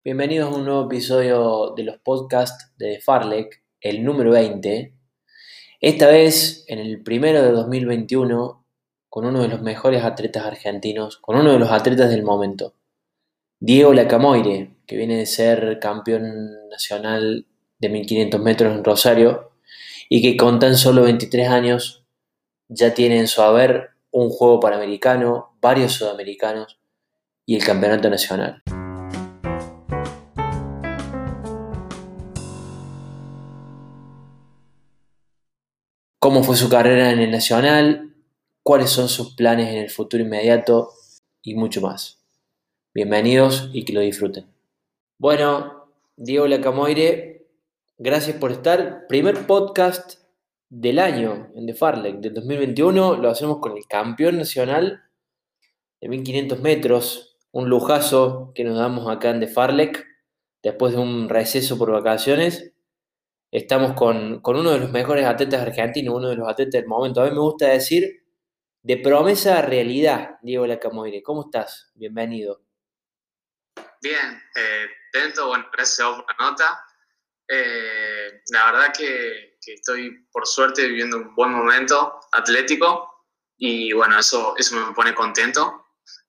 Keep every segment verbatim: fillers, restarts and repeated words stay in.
Bienvenidos a un nuevo episodio de los podcasts de Farlek, el número veinte. Esta vez en el primero de dos mil veintiuno, con uno de los mejores atletas argentinos, con uno de los atletas del momento, Diego Lacamoire, que viene de ser campeón nacional de mil quinientos metros en Rosario y que con tan solo veintitrés años ya tiene en su haber un juego panamericano, varios sudamericanos y el campeonato nacional. Cómo fue su carrera en el Nacional, cuáles son sus planes en el futuro inmediato y mucho más. Bienvenidos y que lo disfruten. Bueno, Diego Lacamoire, gracias por estar. Primer podcast del año en The Farlek, del dos mil veintiuno. Lo hacemos con el campeón nacional de mil quinientos metros. Un lujazo que nos damos acá en The Farlek después de un receso por vacaciones. Estamos con, con uno de los mejores atletas argentinos, uno de los atletas del momento. A mí me gusta decir, de promesa a realidad, Diego Lacamoire. ¿Cómo estás? Bienvenido. Bien, eh, dentro, bueno, gracias a vos por la nota. Eh, la verdad que, que estoy, por suerte, viviendo un buen momento atlético y, bueno, eso, eso me pone contento.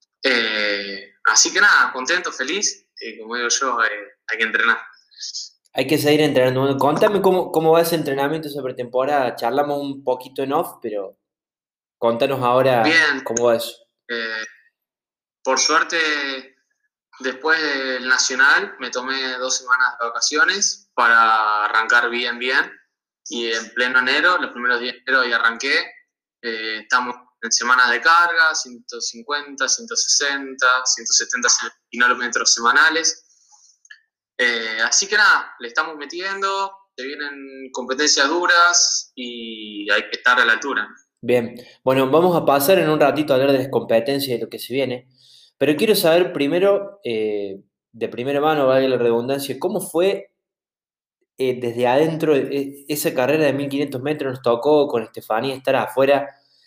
Eh, así que nada, contento, feliz y, como digo yo, eh, hay que entrenar. Hay que seguir entrenando. Contame cómo, cómo va ese entrenamiento, esa pretemporada. Charlamos un poquito en off, pero contanos ahora Bien, cómo va eso. eh, por suerte, después del Nacional me tomé dos semanas de vacaciones para arrancar bien, bien. Y en pleno enero, los primeros días de enero, ahí arranqué. Eh, estamos en semanas de carga, ciento cincuenta, ciento sesenta, ciento setenta kilómetros semanales. Eh, así que nada, le estamos metiendo, te vienen competencias duras y hay que estar a la altura. Bien, bueno, vamos a pasar en un ratito a hablar de las competencias y de lo que se viene, pero quiero saber primero, eh, de primera mano, valga la redundancia, cómo fue eh, desde adentro eh, esa carrera de mil quinientos metros. Nos tocó con Estefanía estar afuera,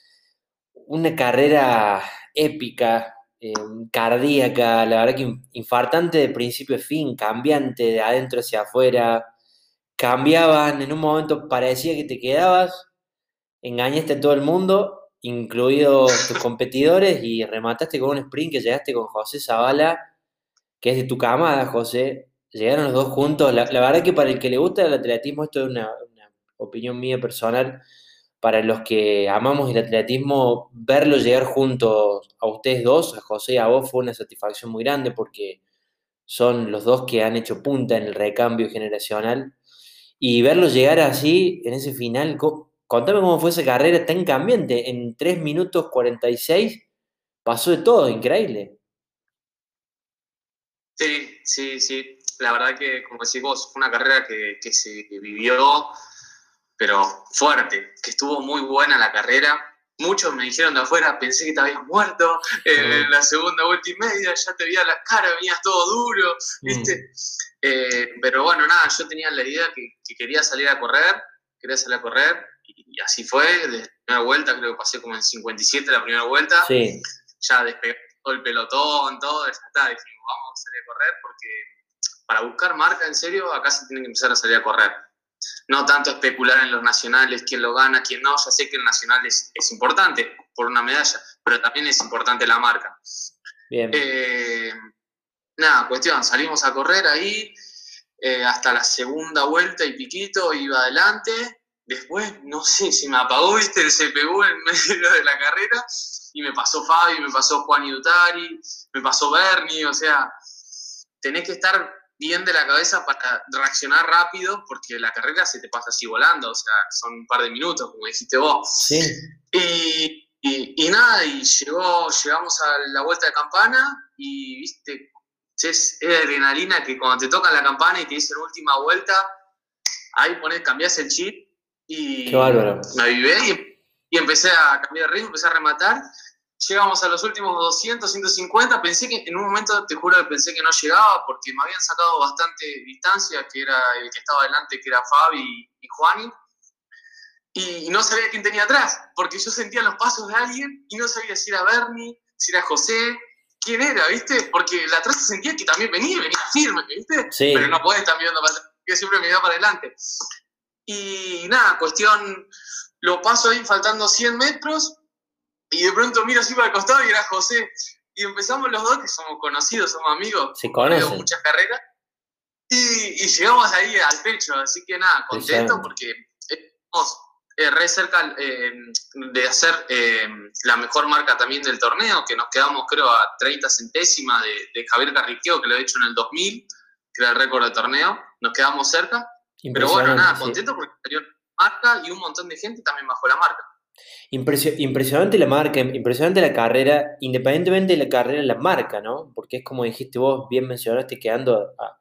una carrera épica, eh, cardíaca, la verdad que infartante de principio a fin, cambiante de adentro hacia afuera, cambiaban, en un momento parecía que te quedabas, engañaste a todo el mundo, incluidos tus competidores, y remataste con un sprint que llegaste con José Zavala, que es de tu camada, José. Llegaron los dos juntos. La, la verdad que para el que le gusta el atletismo, esto es una, una opinión mía personal, para los que amamos el atletismo, verlo llegar juntos a ustedes dos, a José y a vos, fue una satisfacción muy grande porque son los dos que han hecho punta en el recambio generacional. Y verlo llegar así, en ese final, co- contame cómo fue esa carrera tan cambiante. En tres minutos cuarenta y seis pasó de todo, increíble. Sí, sí, sí. La verdad que, como decís vos, fue una carrera que, que se vivió, pero fuerte, que estuvo muy buena la carrera. Muchos me dijeron de afuera, pensé que te habías muerto, eh, en la segunda vuelta y media ya te veía la cara, venías todo duro, ¿viste? Mm. Eh, pero bueno, nada, yo tenía la idea que, que quería salir a correr, quería salir a correr, y, y así fue. Desde la primera vuelta, creo que pasé como en cincuenta y siete la primera vuelta, Sí, ya despegué todo el pelotón, todo, ya está, dijimos, vamos a salir a correr, porque para buscar marca en serio, acá se tiene que empezar a salir a correr. No tanto especular en los nacionales, quién lo gana, quién no. Ya sé que el nacional es, es importante por una medalla, pero también es importante la marca. bien. Eh, nada, cuestión, salimos a correr ahí, eh, hasta la segunda vuelta y piquito, iba adelante. Después, no sé, se me apagó, viste, el C P U en medio de la carrera, y me pasó Fabi, me pasó Juan Iutari, me pasó Bernie. O sea, tenés que estar bien de la cabeza para reaccionar rápido, porque la carrera se te pasa así volando. O sea, son un par de minutos, como dijiste vos. Sí, Y, y, y nada, y llegó, llegamos a la vuelta de campana y, viste, es, es adrenalina que cuando te tocan la campana y te dicen última vuelta, ahí ponés, cambiás el chip qué y bárbaro. me avivé y, y empecé a cambiar de ritmo, empecé a rematar. Llegamos a los últimos doscientos, ciento cincuenta, pensé que en un momento, te juro que pensé que no llegaba porque me habían sacado bastante distancia, que era el que estaba adelante, que era Fabi y Juani, y no sabía quién tenía atrás, porque yo sentía los pasos de alguien y no sabía si era Bernie, si era José, quién era, ¿viste? Porque la atrás se sentía que también venía, venía firme, ¿viste? Sí. Pero no podés estar mirando para atrás, que siempre me iba para adelante. Y nada, cuestión, lo paso ahí faltando cien metros y de pronto miro así para el costado y era José. Y empezamos los dos, que somos conocidos, somos amigos, se corrido conocen. muchas carreras, y, y llegamos ahí al techo, así que nada, contento porque estamos eh, re cerca eh, de hacer eh, la mejor marca también del torneo, que nos quedamos creo a treinta centésimas de, de Javier Carriqueo, que lo he hecho en el dos mil, que era el récord del torneo, nos quedamos cerca, pero bueno, nada, contento sí. Porque salió marca y un montón de gente también bajó la marca. Impresionante la marca, impresionante la carrera, independientemente de la carrera, la marca, ¿no? Porque es como dijiste vos, bien mencionaste, quedando a,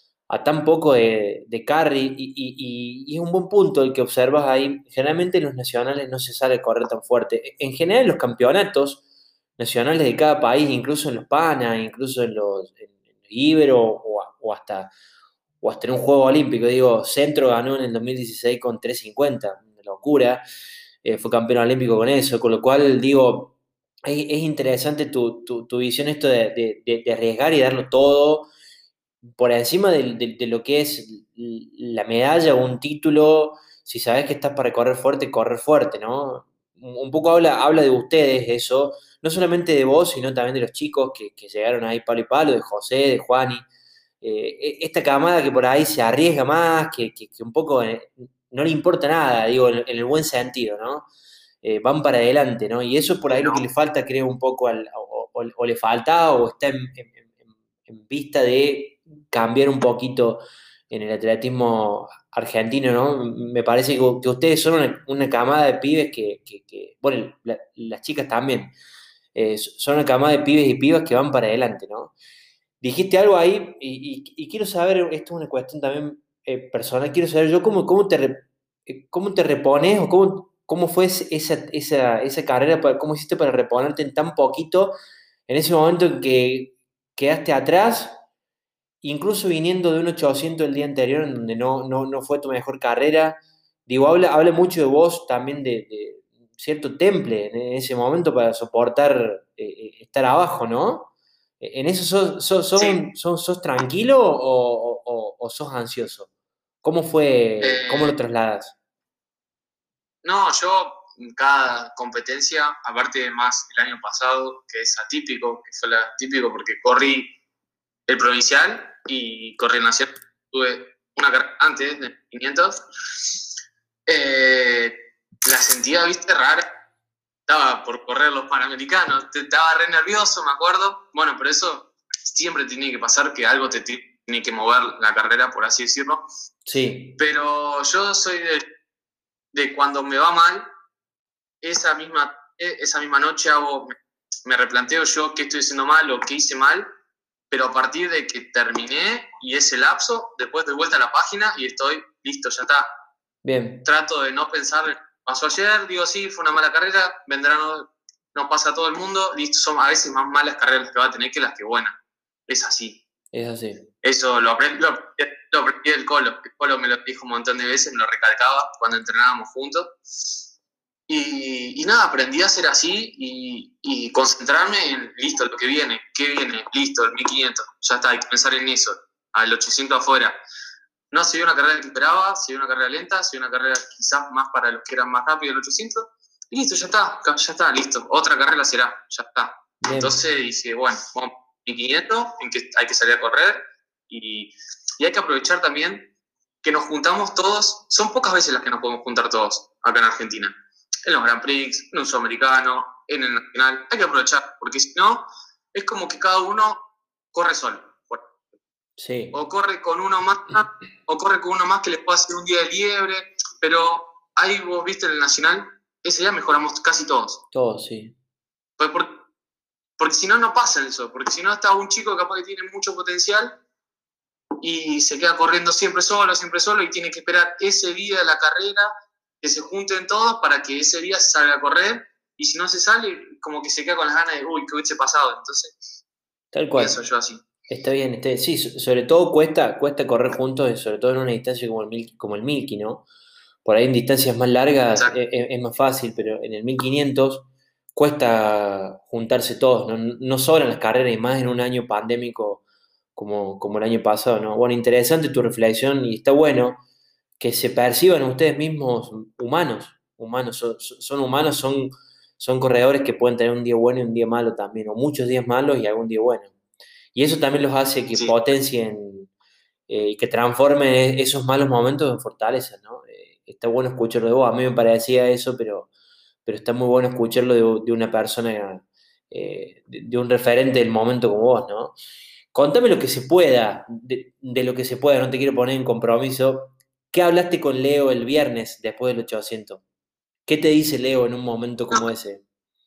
a tan poco de, de carry, y, y, y es un buen punto el que observas ahí. Generalmente en los nacionales no se sale a correr tan fuerte. En general, en los campeonatos nacionales de cada país, incluso en los PANA, incluso en los, en, en los Ibero, o, o, hasta, o hasta en un juego olímpico. Digo, Centro ganó en el dos mil dieciséis con tres cincuenta, una locura. Eh, fue campeón olímpico con eso, con lo cual, digo, es, es interesante tu, tu, tu visión esto de, de, de, de arriesgar y darlo todo por encima de, de, de lo que es la medalla o un título. Si sabes que estás para correr fuerte, correr fuerte, ¿no? Un poco habla, habla de ustedes eso, no solamente de vos, sino también de los chicos que, que llegaron ahí palo y palo, de José, de Juani, eh, esta camada que por ahí se arriesga más, que, que, que un poco eh, no le importa nada, digo, en, en el buen sentido, ¿no? Eh, van para adelante, ¿no? Y eso es por ahí lo que le falta, creo, un poco, al, o, o, o le falta, o está en, en, en vista de cambiar un poquito en el atletismo argentino, ¿no? Me parece que, que ustedes son una, una camada de pibes que, que, que bueno, la, las chicas también, eh, son una camada de pibes y pibas que van para adelante, ¿no? Dijiste algo ahí y, y, y quiero saber, esto es una cuestión también eh, personal, quiero saber yo cómo, cómo, te, re, cómo te repones o cómo, cómo fue esa, esa, esa carrera, para, cómo hiciste para reponerte en tan poquito, en ese momento en que quedaste atrás, incluso viniendo de un ochocientos el día anterior, en donde no, no, no fue tu mejor carrera. Digo, habla, habla mucho de vos también, de, de cierto temple en ese momento para soportar eh, estar abajo, ¿no? ¿En eso sos, sos, sos, sí. sos, sos tranquilo o, o, o, sos ansioso? ¿Cómo fue, Eh, cómo lo trasladas? No, yo en cada competencia, aparte de más el año pasado, que es atípico, que fue atípico porque corrí el provincial y corrí el nacional, tuve una carrera antes de quinientos, eh, la sentía, viste, rara. Estaba por correr los Panamericanos, estaba re nervioso, me acuerdo. Bueno, pero eso siempre tiene que pasar, que algo te tiene que mover la carrera, por así decirlo. Sí. Pero yo soy de, de cuando me va mal, esa misma, esa misma noche hago, me replanteo yo qué estoy haciendo mal o qué hice mal, pero a partir de que terminé y ese lapso, después doy vuelta a la página y estoy listo, ya está. Bien. Trato de no pensar, pasó ayer, digo sí, fue una mala carrera, vendrá, no, no pasa a todo el mundo, listo, son a veces más malas carreras que va a tener que las que buenas. Es así. Es así. Eso lo aprendí, lo, lo aprendí del Colo. El Colo me lo dijo un montón de veces, me lo recalcaba cuando entrenábamos juntos. Y, y nada, aprendí a ser así y, y concentrarme en, listo, lo que viene, ¿qué viene? Listo, el mil quinientos, ya está, hay que pensar en eso, al ochocientos afuera. No se dio una carrera que esperaba, se dio una carrera lenta, se dio una carrera quizás más para los que eran más rápidos, el ochocientos, y listo, ya está, ya está, listo, otra carrera será, ya está. Bien. Entonces dije, bueno, vamos, mil quinientos, en que hay que salir a correr, y, y hay que aprovechar también que nos juntamos todos, son pocas veces las que nos podemos juntar todos acá en Argentina. En los Grand Prix, en un sudamericano, en el nacional, hay que aprovechar, porque si no, es como que cada uno corre solo. Sí. O corre con uno más, o corre con uno más que les pueda hacer un día de liebre, pero ahí vos viste en el nacional, ese día mejoramos casi todos. Todos, sí. Pues porque, porque si no, no pasa eso, porque si no está un chico capaz que tiene mucho potencial y se queda corriendo siempre solo, siempre solo, y tiene que esperar ese día de la carrera, que se junten todos para que ese día se salga a correr, y si no se sale, como que se queda con las ganas de, uy, ¿qué hubiese pasado? Entonces, tal cual. Pienso yo así. Está bien, está, sí, sobre todo cuesta, cuesta correr juntos, sobre todo en una distancia como el, mil, como el Milky, ¿no? Por ahí en distancias más largas es, es, es más fácil, pero en el mil quinientos cuesta juntarse todos, ¿no? No sobran las carreras y más en un año pandémico como, como el año pasado, ¿no? Bueno, interesante tu reflexión y está bueno que se perciban ustedes mismos humanos, humanos, son, son humanos, son, son corredores que pueden tener un día bueno y un día malo también, o muchos días malos y algún día bueno. Y eso también los hace que Sí, potencien eh, y que transformen e- esos malos momentos en fortalezas, ¿no? Eh, está bueno escucharlo de vos, a mí me parecía eso, pero, pero está muy bueno escucharlo de, de una persona, eh, de, de un referente del momento como vos, ¿no? Contame lo que se pueda, de, de lo que se pueda, no te quiero poner en compromiso. ¿Qué hablaste con Leo el viernes después del ochocientos? ¿Qué te dice Leo en un momento no, como ese?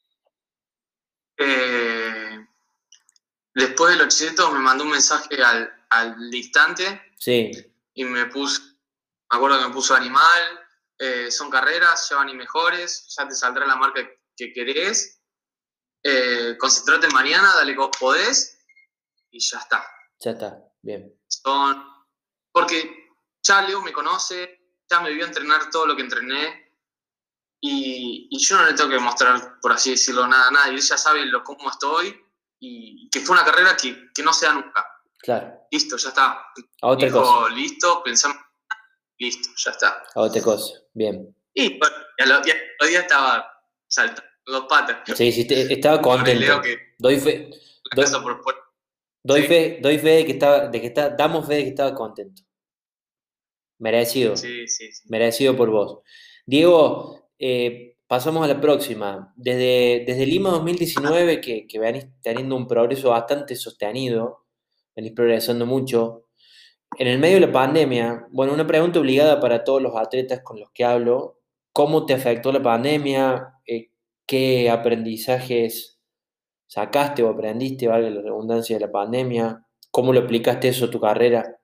eh, después del ochocientos me mandó un mensaje al, al instante Sí, y me puso, me acuerdo que me puso animal, eh, son carreras, ya van y mejores, ya te saldrá la marca que querés, eh, concentrate mañana, dale que vos podés y ya está. ya está, bien. Son, porque ya Leo me conoce, ya me vio entrenar todo lo que entrené y, y yo no le tengo que mostrar, por así decirlo, nada a nadie, él ya sabe lo, cómo estoy y que fue una carrera que, que no se da nunca. Claro, Listo, ya está. a otra cosa, Dijo, listo, pensamos, listo, ya está. a otra cosa, bien. Y bueno, y al otro día estaba saltando dos patas Sí, sí, te- estaba con el Leo contento. que Doy fe, la casa do- por fuera. doy Sí, fe, doy fe de que estaba, de que está, damos fe de que estaba contento. Merecido, sí, sí, sí. merecido por vos. Diego, eh, pasamos a la próxima. Desde, desde Lima dos mil diecinueve, que, que venís teniendo un progreso bastante sostenido, venís progresando mucho. En el medio de la pandemia, bueno, una pregunta obligada para todos los atletas con los que hablo, ¿cómo te afectó la pandemia? Eh, ¿qué aprendizajes sacaste o aprendiste, valga la redundancia, de la pandemia? ¿Cómo lo aplicaste eso a tu carrera?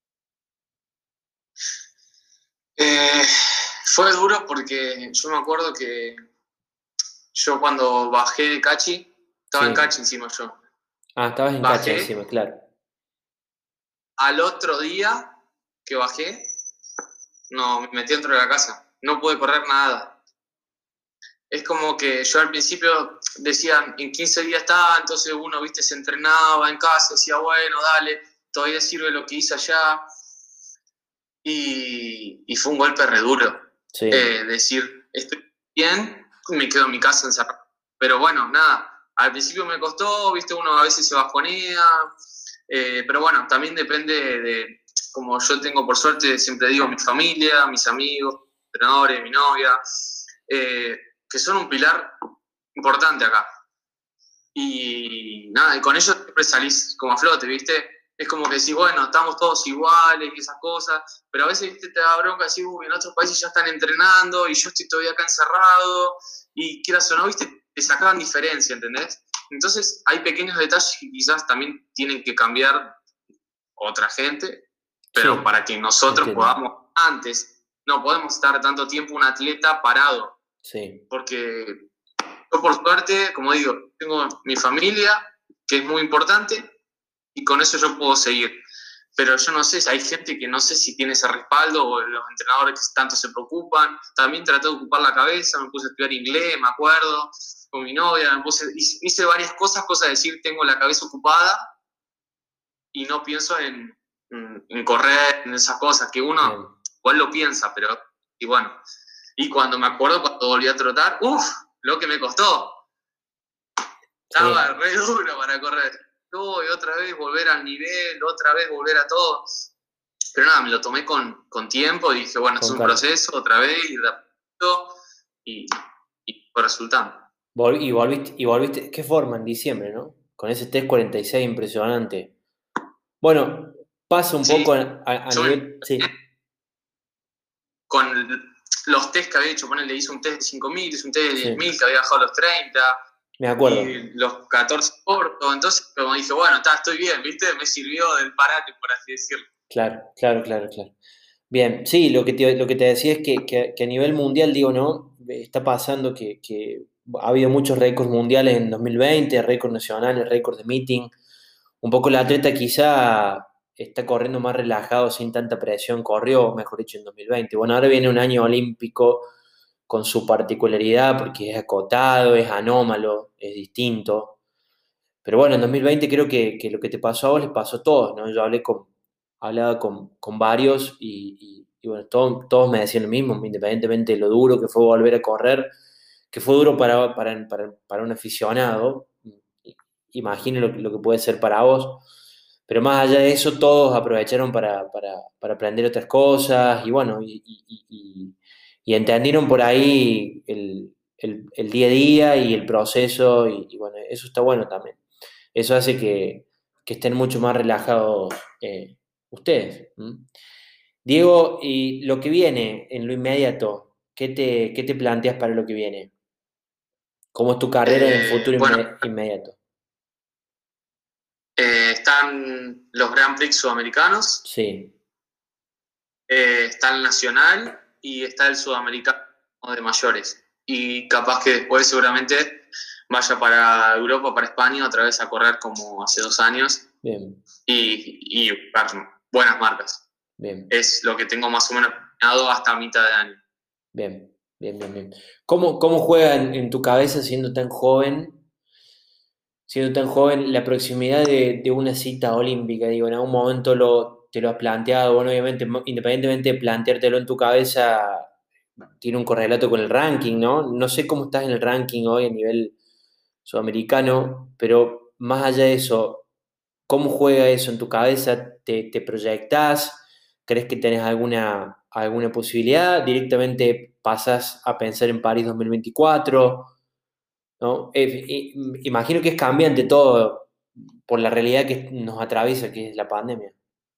Eh, fue duro porque yo me acuerdo que yo cuando bajé de Cachi, estaba en Sí. Cachi encima yo, Ah, estabas en Cacha bajé, encima, claro. al otro día que bajé, no, me metí dentro de la casa, no pude correr nada. Es como que yo al principio decía, en quince días está, entonces uno, viste, se entrenaba en casa, decía, bueno, dale, todavía sirve lo que hice allá. Y, y fue un golpe re duro. Sí, Eh, decir, estoy bien, me quedo en mi casa encerrado. Pero bueno, nada, al principio me costó, viste, uno a veces se bajonea, eh, pero bueno, también depende de, como yo tengo por suerte, siempre digo, mi familia, mis amigos, entrenadores, mi novia, eh, que son un pilar importante acá. Y nada, y con ellos siempre salís como a flote, ¿viste? Es como que decís, bueno, estamos todos iguales y esas cosas, pero a veces, ¿viste? Te da bronca decir, uy, en otros países ya están entrenando y yo estoy todavía acá encerrado y quieras o no, ¿viste? Te sacaban diferencia, ¿entendés? Entonces hay pequeños detalles que quizás también tienen que cambiar otra gente, pero sí, para que nosotros entiendo. podamos antes, no podemos estar tanto tiempo un atleta parado, Sí, porque yo por suerte, como digo, tengo mi familia, que es muy importante, y con eso yo puedo seguir. Pero yo no sé, si hay gente que no sé si tiene ese respaldo o los entrenadores que tanto se preocupan. También traté de ocupar la cabeza, me puse a estudiar inglés, me acuerdo, con mi novia, me puse, hice varias cosas, cosas de decir, tengo la cabeza ocupada y no pienso en, en correr, en esas cosas, que bien. uno igual lo piensa, pero y bueno. Y cuando me acuerdo, cuando volví a trotar, uff, lo que me costó. Estaba Sí, re duro para correr. No, y otra vez volver al nivel, otra vez volver a todo. Pero nada, me lo tomé con, con tiempo y dije, bueno, es con un calma. proceso, otra vez, y de a poquito, y, y fue resultando. Vol- y volviste, y volviste, qué forma en diciembre, ¿no? Con ese test cuarenta y seis impresionante. Bueno, pasa un Sí, poco a, a- a yo me, nivel, sí, con los test que había hecho, ponele, hice un test de cinco mil, hice un test de diez sí, mil, que había bajado a los treinta, me acuerdo. y los catorce cortos. Entonces, como dije, bueno, está, estoy bien, ¿viste? Me sirvió del parate, por así decirlo. Claro, claro, claro, claro. Bien, sí, lo que te, lo que te decía es que, que- que a nivel mundial, digo, ¿no? Está pasando que, que ha habido muchos récords mundiales en dos mil veinte, récords nacionales, récords de meeting. Un poco el atleta quizá está corriendo más relajado, sin tanta presión, corrió, mejor dicho, en dos mil veinte. Bueno, ahora viene un año olímpico con su particularidad, porque es acotado, es anómalo, es distinto. Pero bueno, en dos mil veinte creo que, que lo que te pasó a vos les pasó a todos, ¿no? Yo hablé con, hablaba con, con varios y, y- y bueno, todos, todos me decían lo mismo, independientemente de lo duro que fue volver a correr, que fue duro para, para, para, para un aficionado, i- imagino lo, que- lo que puede ser para vos, pero más allá de eso, todos aprovecharon para, para, para aprender otras cosas y bueno, y, y- y- y- y entendieron por ahí el, el- el día a día y el proceso y, y bueno, eso está bueno también. Eso hace que, que estén mucho más relajados eh, ustedes. ¿M? Diego, y lo que viene en lo inmediato, ¿qué te, qué te planteas para lo que viene? ¿Cómo es tu carrera en el Eh, futuro bueno, inme- inmediato? eh, están los Grand Prix sudamericanos, Sí, eh, está el nacional y está el sudamericano de mayores. Y capaz que después seguramente vaya para Europa, para España, otra vez a correr como hace dos años bien, y, y buscar buenas marcas. bien, Es lo que tengo más o menos planeado hasta mitad de año. bien, bien, bien, bien. ¿Cómo, cómo juega en, en tu cabeza siendo tan joven, siendo tan joven, la proximidad de, de una cita olímpica? Digo, en algún momento lo, te lo has planteado, bueno, obviamente, mo- independientemente de planteártelo en tu cabeza, tiene un correlato con el ranking, ¿no? No sé cómo estás en el ranking hoy a nivel sudamericano, pero más allá de eso, ¿cómo juega eso en tu cabeza? ¿Te, te proyectás? ¿Crees que tenés alguna, alguna posibilidad? ¿Directamente pasas a pensar en París dos mil veinticuatro? ¿No? Eh, eh, imagino que es cambiante todo por la realidad que nos atraviesa, que es la pandemia.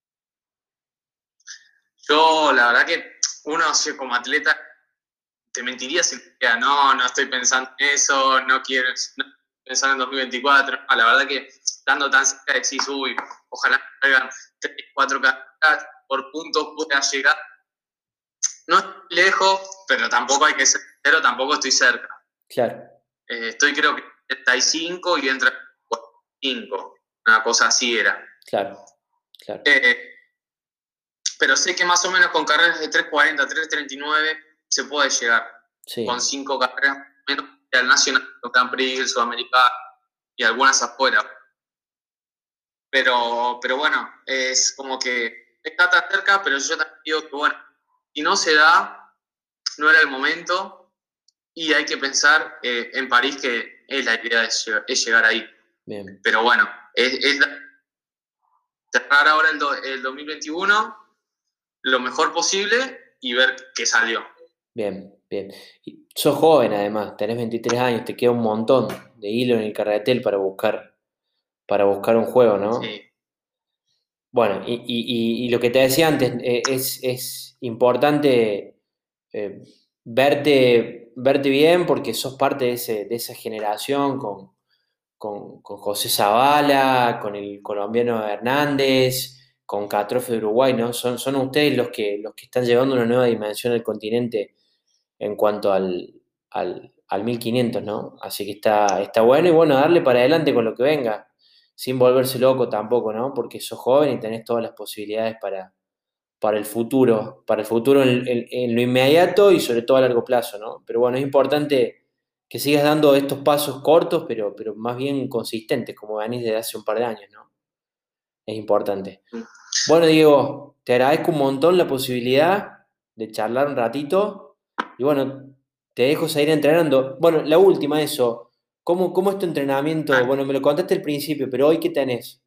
Yo, la verdad que uno sí, como atleta te mentiría si te dijera, no, no estoy pensando en eso, no quiero no, pensar en dos mil veinticuatro. No, la verdad que estando tan cerca decís, uy, ojalá me hagan tres, cuatro carreras por puntos pueda llegar. No estoy lejos, pero tampoco hay que ser cero, tampoco estoy cerca. Claro, Eh, estoy creo que treinta y cinco y entra cinco, una cosa así era. claro, claro. Eh, pero sé que más o menos con carreras de tres cuarenta, tres treinta y nueve se puede llegar. Con Sí, cinco carreras menos al Nacional, el Grand Prix, el Sudamericano y algunas afuera. Pero, pero bueno, es como que está tan cerca, pero yo también digo que bueno, si no se da, no era el momento y hay que pensar eh, en París que es la idea de llegar, es llegar ahí. bien, Pero bueno, es, es cerrar ahora el, do, el dos mil veintiuno lo mejor posible y ver qué salió. bien, bien. Y sos joven además, tenés veintitrés años, te queda un montón de hilo en el carretel para buscar, para buscar un juego, ¿no? Sí. Bueno, y, y- y- y lo que te decía antes, eh, es, es importante eh, verte, verte bien porque sos parte de, ese, de esa generación con, con, con José Zavala, con el colombiano Hernández, con Catrofe de Uruguay, ¿no? Son, son ustedes los que, los que están llevando una nueva dimensión al continente en cuanto al, al, al mil quinientos, ¿no? Así que está, está bueno y bueno, darle para adelante con lo que venga, sin volverse loco tampoco, ¿no? Porque sos joven y tenés todas las posibilidades para, para el futuro, para el futuro en, en- en lo inmediato y sobre todo a largo plazo, ¿no? Pero bueno, es importante que sigas dando estos pasos cortos, pero, pero más bien consistentes, como venís desde hace un par de años, ¿no? Es importante. Bueno, Diego, te agradezco un montón la posibilidad de charlar un ratito y bueno, te dejo seguir entrenando. Bueno, la última, eso. ¿Cómo, cómo es tu entrenamiento? Bueno, me lo contaste al principio, pero hoy, ¿qué tenés?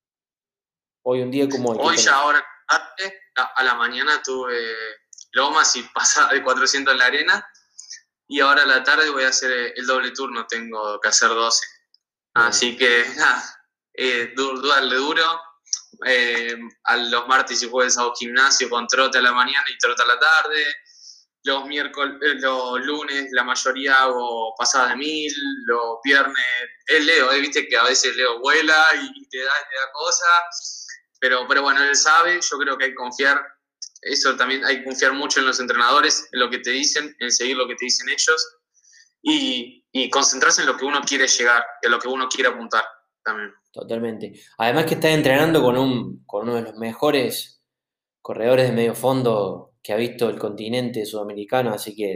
Hoy, un día como hoy, ¿qué Hoy ya tenés? ahora tarde, a, a la mañana tuve lomas y pasada de cuatrocientos en la arena y ahora a la tarde voy a hacer el doble turno, tengo que hacer doce. Bien, Así que nada, eh, du- darle duro. Eh, a los martes y jueves hago gimnasio con trote a la mañana y trote a la tarde. Los miércoles, eh, los lunes la mayoría hago pasadas de mil, los viernes es Leo, eh, viste que a veces Leo vuela y te da, te da cosas, pero, pero bueno, él sabe, yo creo que hay que confiar, eso también hay que confiar mucho en los entrenadores, en lo que te dicen, en seguir lo que te dicen ellos y, y concentrarse en lo que uno quiere llegar, en lo que uno quiere apuntar también. totalmente. Además que estás entrenando con un, con uno de los mejores corredores de medio fondo que ha visto el continente sudamericano, así que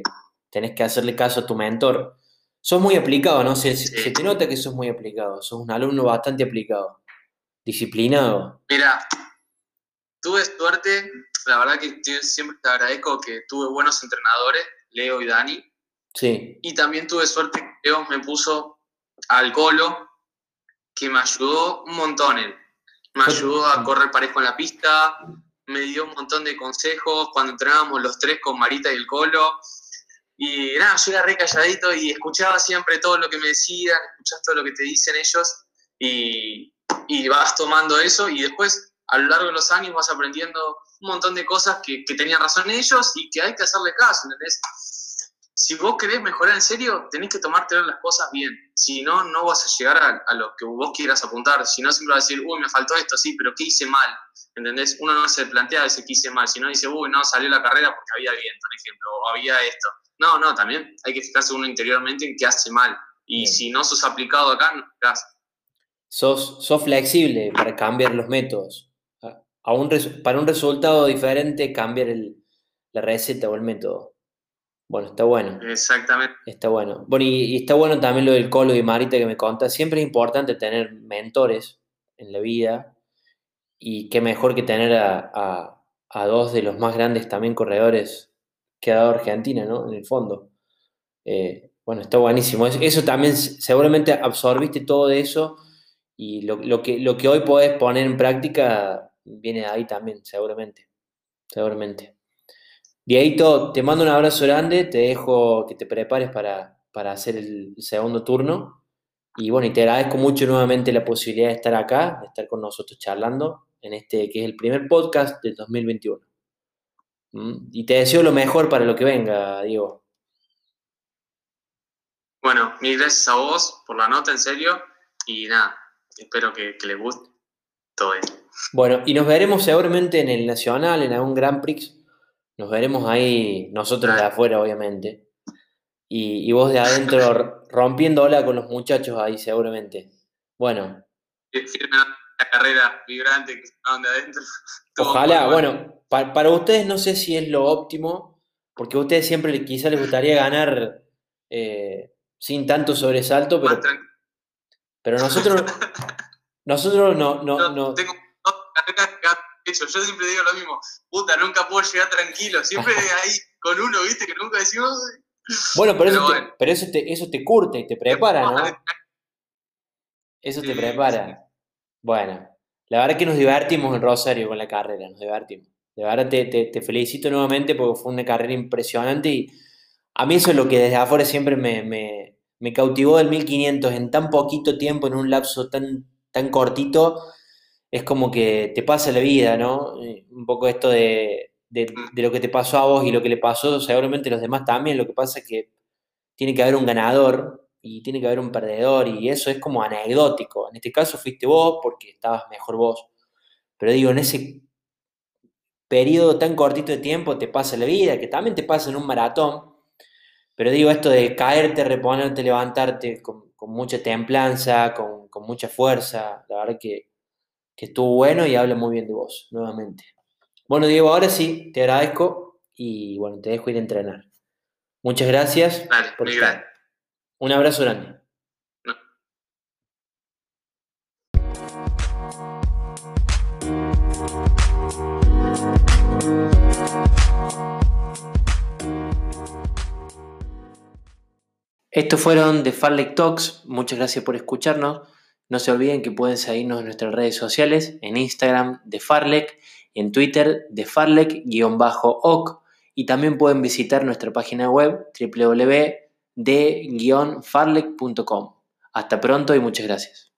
tenés que hacerle caso a tu mentor. Sos muy aplicado, ¿no? Se, Sí. se te nota que sos muy aplicado, sos un alumno bastante aplicado, disciplinado. Mira, tuve suerte, la verdad que siempre te agradezco que tuve buenos entrenadores, Leo y Dani. Sí. Y también tuve suerte que Leo me puso al Colo, que me ayudó un montón él. Me ayudó a correr parejo en la pista, me dio un montón de consejos cuando entrenábamos los tres con Marita y el Colo. Y nada, yo era re calladito y escuchaba siempre todo lo que me decían, escuchás todo lo que te dicen ellos y, y vas tomando eso y después a lo largo de los años vas aprendiendo un montón de cosas que, que tenían razón ellos y que hay que hacerle caso, ¿entendés? Si vos querés mejorar en serio, tenés que tomarte las cosas bien. Si no, no vas a llegar a, a lo que vos quieras apuntar. Si no, siempre vas a decir, uy, me faltó esto, sí, pero ¿qué hice mal? ¿Entendés? Uno no se plantea ese que hice mal, sino dice, uy, no, salió la carrera porque había viento, por ejemplo, o había esto. No, no, también hay que fijarse uno interiormente en qué hace mal. Y bien, si no sos aplicado acá, no estás. Sos, sos flexible para cambiar los métodos. A un para un resultado diferente, cambiar el, la receta o el método. Bueno, está bueno. Exactamente. Está bueno. Bueno, y, y está bueno también lo del Colo y Marita que me contas. Siempre es importante tener mentores en la vida. Y qué mejor que tener a, a, a dos de los más grandes también corredores que ha dado Argentina, ¿no? En el fondo. Eh, bueno, está buenísimo. Eso, eso también seguramente absorbiste todo de eso y lo, lo, que, lo que hoy podés poner en práctica viene de ahí también, seguramente. Seguramente. Dieguito, te mando un abrazo grande, te dejo que te prepares para, para hacer el segundo turno. Y bueno, y te agradezco mucho nuevamente la posibilidad de estar acá, de estar con nosotros charlando en este que es el primer podcast del dos mil veintiuno. ¿Mm? Y te deseo lo mejor para lo que venga, Diego. Bueno, mil gracias a vos por la nota, en serio. Y nada, espero que, que les guste todo esto. Bueno, y nos veremos seguramente en el Nacional, en algún Grand Prix. Nos veremos ahí, nosotros de afuera, obviamente. Y, y vos de adentro rompiéndola con los muchachos ahí, seguramente. Bueno. Firme la carrera vibrante que estaban de adentro. Ojalá, bueno, pa, para ustedes no sé si es lo óptimo, porque a ustedes siempre quizá les gustaría ganar eh, sin tanto sobresalto, pero, pero nosotros, nosotros no, no, no, no. Tengo dos carreras que hecho. Yo siempre digo lo mismo, puta, nunca puedo llegar tranquilo, siempre ahí con uno, viste, que nunca decimos. Bueno, pero, pero, eso, bueno. Te, pero eso, te, eso te curte y te prepara, ¿no? Eso te sí, prepara. Sí. Bueno, la verdad que nos divertimos en Rosario con la carrera, nos divertimos. De verdad te, te, te felicito nuevamente porque fue una carrera impresionante y a mí eso es lo que desde afuera siempre me, me, me cautivó del mil quinientos en tan poquito tiempo, en un lapso tan, tan cortito, es como que te pasa la vida, ¿no? Un poco esto de, de, de lo que te pasó a vos y lo que le pasó seguramente a los demás también, lo que pasa es que tiene que haber un ganador y tiene que haber un perdedor y eso es como anecdótico. En este caso fuiste vos porque estabas mejor vos. Pero digo, en ese periodo tan cortito de tiempo te pasa la vida, que también te pasa en un maratón. Pero digo, esto de caerte, reponerte, levantarte con, con mucha templanza, con, con, mucha fuerza, la verdad que, que estuvo bueno y habla muy bien de vos, nuevamente. Bueno, Diego, ahora sí, te agradezco y bueno, te dejo ir a entrenar. Muchas gracias. Vale, por estar. Un abrazo grande. No. Estos fueron The Farlek Talks. Muchas gracias por escucharnos. No se olviden que pueden seguirnos en nuestras redes sociales, en Instagram de Farlek, en Twitter de Farlek-oc y también pueden visitar nuestra página web w w w punto de guion farlek punto com. Hasta pronto y muchas gracias.